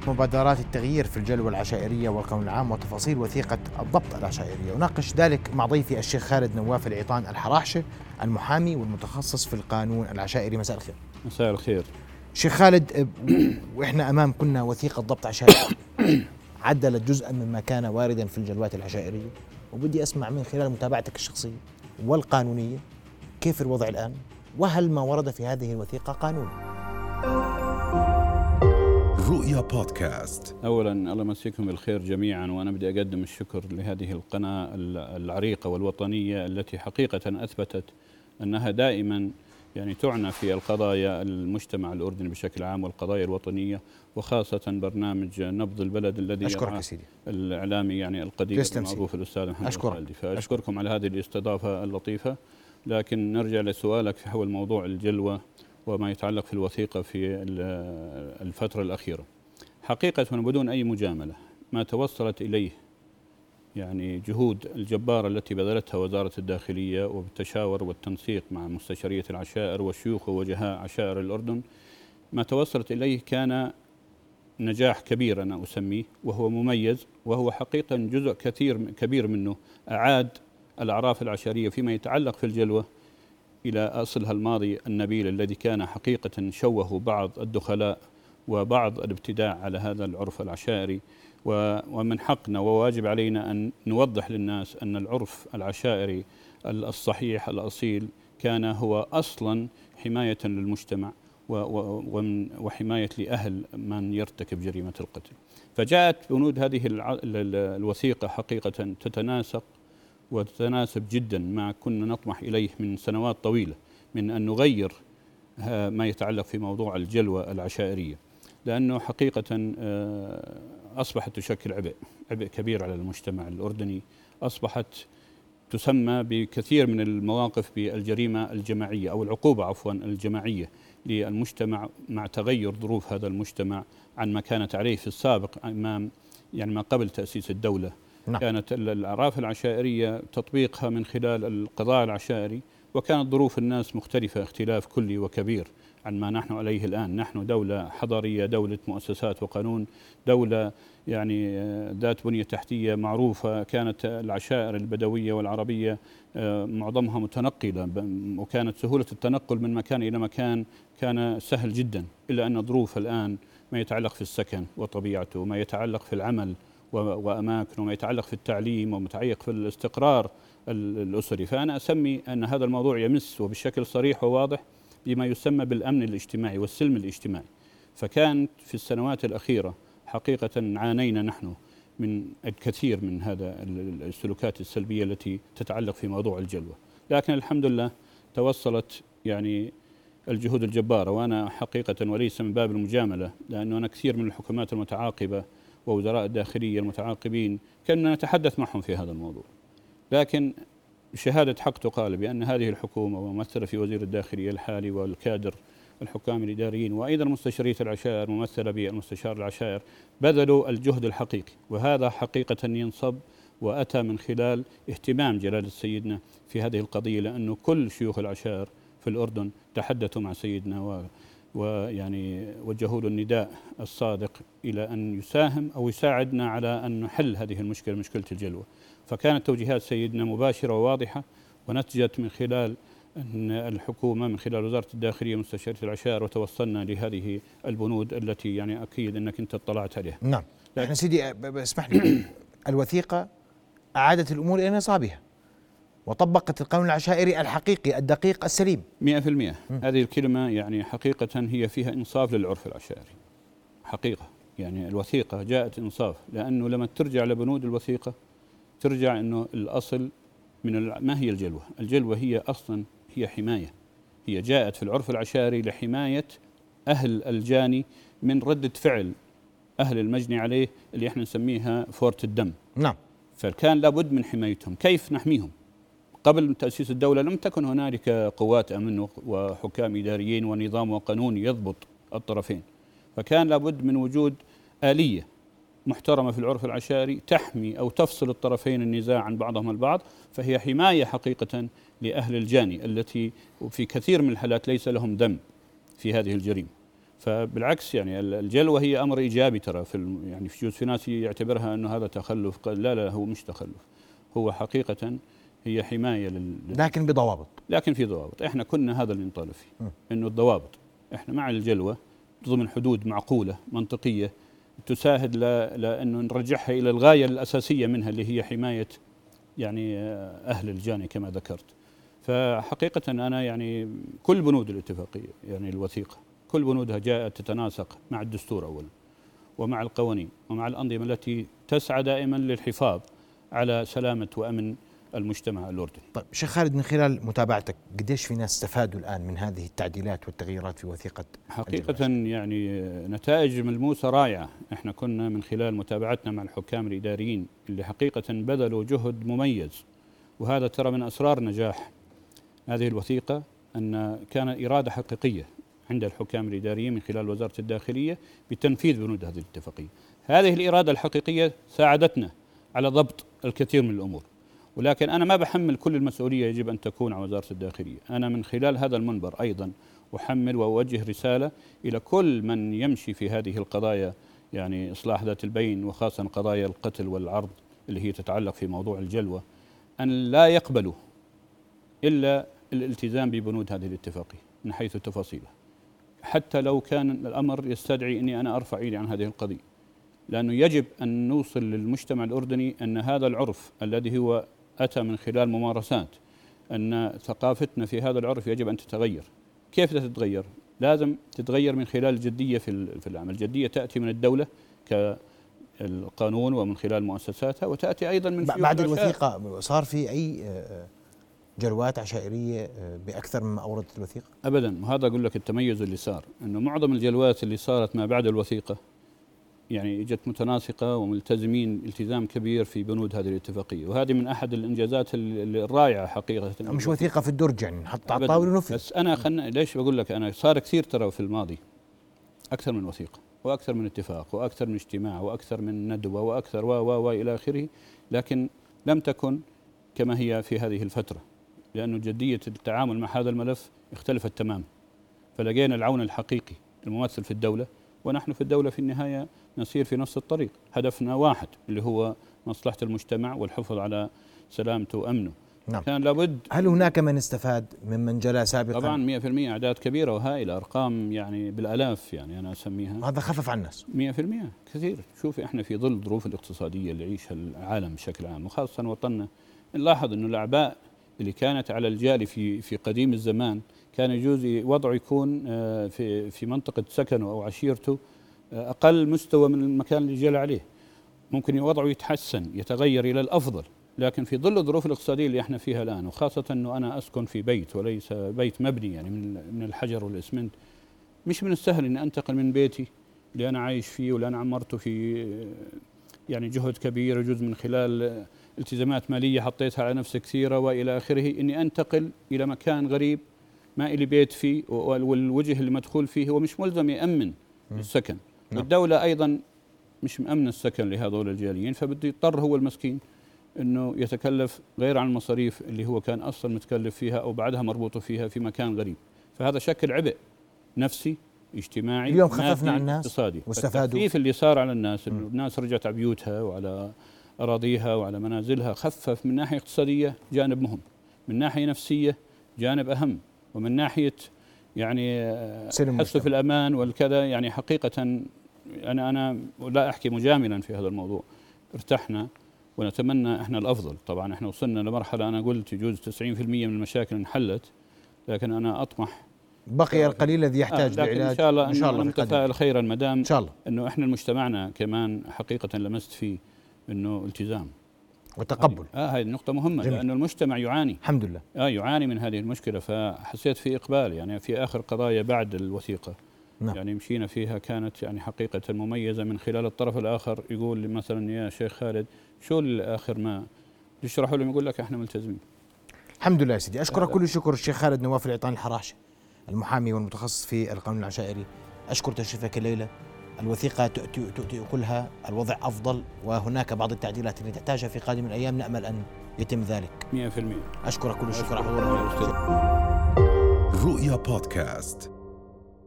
مبادرات التغيير في الجلوة العشائرية والقانون العام وتفاصيل وثيقة الضبط العشائرية. وناقش ذلك مع ضيفي الشيخ خالد نواف العيطان الحراحشة، المحامي والمتخصص في القانون العشائري. مساء الخير. مساء الخير شيخ خالد، وإحنا أمام كنا وثيقة ضبط عشائري عدلت جزءا مما كان واردا في الجلوات العشائرية، وبدي أسمع من خلال متابعتك الشخصية والقانونية كيف الوضع الآن، وهل ما ورد في هذه الوثيقة قانوني؟ رؤيا بودكاست. أولا الله يمسيكم بالخير جميعا، وأنا بدي أقدم الشكر لهذه القناة العريقة والوطنية التي حقيقة أثبتت أنها دائما تعنى في القضايا المجتمع الأردني بشكل عام والقضايا الوطنية، وخاصة برنامج نبض البلد الذي أشكرك سيدي الإعلامي القدير المعروف الأستاذ محمد الخالدي. فأشكركم على هذه الاستضافة اللطيفة. لكن نرجع لسؤالك حول موضوع الجلوة وما يتعلق في الوثيقة في الفترة الأخيرة. حقيقة بدون أي مجاملة ما توصلت إليه جهود الجبارة التي بذلتها وزارة الداخلية وبالتشاور والتنسيق مع مستشارية العشائر وشيوخ ووجهاء عشائر الأردن، ما توصلت إليه كان نجاح كبير أنا أسميه، وهو مميز، وهو حقيقة جزء كبير منه أعاد الأعراف العشائرية فيما يتعلق في الجلوة إلى أصلها الماضي النبيل الذي كان حقيقة شوه بعض الدخلاء وبعض الابتداع على هذا العرف العشائري. ومن حقنا وواجب علينا أن نوضح للناس أن العرف العشائري الصحيح الأصيل كان هو أصلا حماية للمجتمع وحماية لأهل من يرتكب جريمة القتل. فجاءت بنود هذه الوثيقة حقيقة تتناسق وتتناسب جدا ما كنا نطمح إليه من سنوات طويلة، من أن نغير ما يتعلق في موضوع الجلوة العشائرية، لأنه حقيقة أصبحت تشكل عبء كبير على المجتمع الأردني. أصبحت تسمى بكثير من المواقف بالجريمة الجماعية أو العقوبة الجماعية للمجتمع مع تغير ظروف هذا المجتمع عن ما كانت عليه في السابق أمام ما قبل تأسيس الدولة. نعم. كانت الأعراف العشائرية تطبيقها من خلال القضاء العشائري، وكانت ظروف الناس مختلفة اختلاف كلي وكبير عن ما نحن عليه الآن. نحن دولة حضارية، دولة مؤسسات وقانون، دولة ذات بنية تحتية معروفة. كانت العشائر البدوية والعربية معظمها متنقلة، وكانت سهولة التنقل من مكان إلى مكان كان سهل جدا، إلا أن ظروف الآن ما يتعلق في السكن وطبيعته، ما يتعلق في العمل وأماكن، وما يتعلق في التعليم، وما يتعلق في الاستقرار الأسري. فأنا أسمي أن هذا الموضوع يمس وبشكل صريح وواضح بما يسمى بالأمن الاجتماعي والسلم الاجتماعي. فكان في السنوات الأخيرة حقيقة عانينا نحن من الكثير من هذا السلوكات السلبية التي تتعلق في موضوع الجلوة، لكن الحمد لله توصلت الجهود الجبارة. وأنا حقيقة وليس من باب المجاملة، لأنه أنا كثير من الحكومات المتعاقبة ووزراء الداخلية المتعاقبين كنا نتحدث معهم في هذا الموضوع، لكن شهادة حق تقال بأن هذه الحكومة وممثلة في وزير الداخلية الحالي والكادر الحكام الإداريين وأيضا مستشارية العشائر ممثلة بالمستشار العشائر بذلوا الجهد الحقيقي، وهذا حقيقة ينصب وأتى من خلال اهتمام جلالة سيدنا في هذه القضية، لأنه كل شيوخ العشائر في الأردن تحدثوا مع سيدنا وجهوا له النداء الصادق إلى أن يساهم أو يساعدنا على أن نحل هذه المشكلة، مشكلة الجلوة. فكانت توجيهات سيدنا مباشرة وواضحة، ونتجت من خلال أن الحكومة من خلال وزارة الداخلية مستشارية العشائر، وتوصلنا لهذه البنود التي أكيد أنك أنت اطلعت عليها. نعم. لكن سيدي اسمح لي، الوثيقة أعادت الأمور إلى نصابها وطبقت القانون العشائري الحقيقي الدقيق السليم 100%. هذه الكلمة حقيقة هي فيها إنصاف للعرف العشائري حقيقة. الوثيقة جاءت إنصاف، لأنه لما ترجع لبنود الوثيقة ترجع أنه الأصل ما هي الجلوة. الجلوة هي أصلا هي حماية، هي جاءت في العرف العشائري لحماية أهل الجاني من ردة فعل أهل المجني عليه اللي احنا نسميها فورة الدم. نعم. فكان لابد من حمايتهم. كيف نحميهم؟ قبل تأسيس الدولة لم تكن هنالك قوات أمن وحكام إداريين ونظام وقانون يضبط الطرفين، فكان لابد من وجود آلية محترمة في العرف العشائري تحمي أو تفصل الطرفين النزاع عن بعضهم البعض. فهي حماية حقيقة لأهل الجاني التي في كثير من الحالات ليس لهم ذنب في هذه الجريمة. فبالعكس يعني الجلوة هي أمر إيجابي ترى يعني في ناس يعتبرها أنه هذا تخلف، لا هو مش تخلف، هو حقيقة هي حماية لكن بضوابط. لكن في ضوابط، احنا كنا هذا اللي نطالب فيه، انه الضوابط احنا مع الجلوة ضمن حدود معقولة منطقية تساعد لأنه نرجعها إلى الغاية الأساسية منها اللي هي حماية يعني أهل الجاني كما ذكرت. فحقيقة أنا يعني كل بنود الاتفاقية يعني الوثيقة كل بنودها جاءت تتناسق مع الدستور أولا ومع القوانين ومع الأنظمة التي تسعى دائما للحفاظ على سلامة وأمن المجتمع الأردني. طيب شيخ خالد، من خلال متابعتك قديش في ناس استفادوا الآن من هذه التعديلات والتغييرات في وثيقة؟ حقيقة يعني نتائج ملموسة رائعة. احنا كنا من خلال متابعتنا مع الحكام الإداريين اللي حقيقة بذلوا جهد مميز، وهذا ترى من أسرار نجاح هذه الوثيقة أن كان إرادة حقيقية عند الحكام الإداريين من خلال وزارة الداخلية بتنفيذ بنود هذه الاتفاقية. هذه الإرادة الحقيقية ساعدتنا على ضبط الكثير من الأمور، ولكن أنا ما بحمل كل المسؤولية يجب أن تكون على وزارة الداخلية. أنا من خلال هذا المنبر أيضا أحمل وأوجه رسالة إلى كل من يمشي في هذه القضايا، يعني إصلاح ذات البين وخاصة قضايا القتل والعرض اللي هي تتعلق في موضوع الجلوة، أن لا يقبلوا إلا الالتزام ببنود هذه الاتفاقية من حيث تفاصيلها، حتى لو كان الأمر يستدعي أني أنا أرفع إيدي عن هذه القضية، لأنه يجب أن نوصل للمجتمع الأردني أن هذا العرف الذي هو أتى من خلال ممارسات، أن ثقافتنا في هذا العرف يجب أن تتغير. كيف تتغير؟ لازم تتغير من خلال الجدية في العمل. الجدية تأتي من الدولة كالقانون ومن خلال مؤسساتها، وتأتي أيضا من بعد الوثيقة صار في أي جلوات عشائرية بأكثر مما أوردت الوثيقة؟ أبدا، وهذا أقول لك التميز اللي صار، أنه معظم الجلوات اللي صارت ما بعد الوثيقة يعني اجت متناسقة وملتزمين التزام كبير في بنود هذه الاتفاقية، وهذه من أحد الإنجازات الرائعة حقيقة. مش وثيقة في الدرج يعني نحط على الطاولة ونفذ. بس أنا ليش بقول لك أنا صار كثير ترى في الماضي أكثر من وثيقة وأكثر من اتفاق وأكثر من اجتماع وأكثر من ندوة وأكثر إلى آخره، لكن لم تكن كما هي في هذه الفترة، لأنه جدية التعامل مع هذا الملف اختلفت تماما. فلقينا العون الحقيقي الممثل في الدولة، ونحن في الدولة في النهاية نسير في نفس الطريق، هدفنا واحد اللي هو مصلحة المجتمع والحفاظ على سلامته وأمنه. نعم. كان لابد. هل هناك من استفاد ممن جلى سابقا؟ طبعا 100%، أعداد كبيرة وهائلة، أرقام يعني بالآلاف يعني أنا أسميها. هذا خفف عن الناس 100% كثير. شوفي احنا في ظل الظروف الاقتصادية اللي يعيشها العالم بشكل عام وخاصة وطننا، نلاحظ أنه الأعباء اللي كانت على الجالي في قديم الزمان كان يجوز وضعه يكون في منطقة سكنه أو عشيرته أقل مستوى من المكان اللي جال عليه، ممكن وضعه يتحسن يتغير إلى الأفضل. لكن في ظل الظروف الاقتصادية اللي احنا فيها الآن، وخاصة أنه أنا أسكن في بيت وليس بيت مبني يعني من الحجر والإسمنت، مش من السهل أن أنتقل من بيتي اللي أنا عايش فيه واللي أنا عمرته في يعني جهد كبير يجوز من خلال التزامات مالية حطيتها على نفسي كثيرة وإلى آخره، إني أنتقل إلى مكان غريب ما إلي بيت فيه، والوجه اللي مدخول فيه هو مش ملزم يأمن السكن، والدولة أيضا مش مأمن السكن لهذول الجاليين، فبده يضطر هو المسكين إنه يتكلف غير عن المصاريف اللي هو كان أصلا متكلف فيها أو بعدها مربوطة فيها في مكان غريب. فهذا شكل عبء نفسي اجتماعي. اليوم خففنا على الناس اقتصادي واستفادوا. التخفيف اللي صار على الناس إنه الناس رجعت على بيوتها وعلى أراضيها وعلى منازلها، خفف من ناحية اقتصادية جانب مهم، من ناحية نفسية جانب أهم، ومن ناحية يعني حس في الأمان والكذا. يعني حقيقة أنا لا أحكي مجاملا في هذا الموضوع، ارتحنا ونتمنى احنا الأفضل. طبعا احنا وصلنا لمرحلة أنا قلت يجوز 90% من المشاكل انحلت، لكن أنا أطمح بقي القليل الذي يحتاج لعلاج. إن شاء الله نتفائل خيرا ما دام إن شاء الله إنه احنا مجتمعنا كمان حقيقة لمست فيه إنه التزام وتقبل. هذه النقطة مهمة جميل. لأنه المجتمع يعاني الحمد لله يعاني من هذه المشكلة، فحسيت في إقبال يعني في آخر قضايا بعد الوثيقة. نعم. يعني مشينا فيها كانت يعني حقيقة مميزة من خلال الطرف الآخر يقول مثلا يا شيخ خالد شو الآخر ما يشرحوا لهم، يقول لك احنا ملتزمين. الحمد لله يا سيدي. أشكرك كل الشكر الشيخ خالد نواف العيطاني الحراش، المحامي والمتخصص في القانون العشائري. أشكر تشريفك الليلة. الوثيقة تؤتي كلها، الوضع أفضل، وهناك بعض التعديلات اللي تحتاجها في قادم الأيام، نأمل أن يتم ذلك 100%. أشكرك كل الشكر على حضورك. رؤيا بودكاست.